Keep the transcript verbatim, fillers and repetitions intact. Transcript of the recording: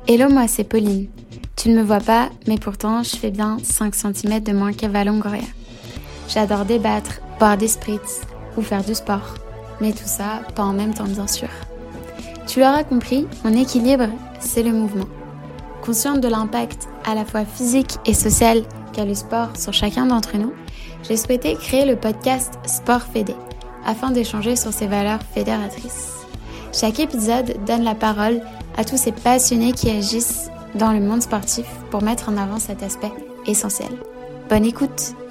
Hello, moi c'est Pauline. Tu ne me vois pas, mais pourtant je fais bien cinq centimètres de moins qu'Eva Longoria. J'adore débattre, boire des spritz ou faire du sport. Mais tout ça, pas en même temps bien sûr. Tu l'auras compris, mon équilibre, c'est le mouvement. Consciente de l'impact à la fois physique et social qu'a le sport sur chacun d'entre nous, j'ai souhaité créer le podcast Sport Fédé, afin d'échanger sur ses valeurs fédératrices. Chaque épisode donne la parole à tous ces passionnés qui agissent dans le monde sportif pour mettre en avant cet aspect essentiel. Bonne écoute!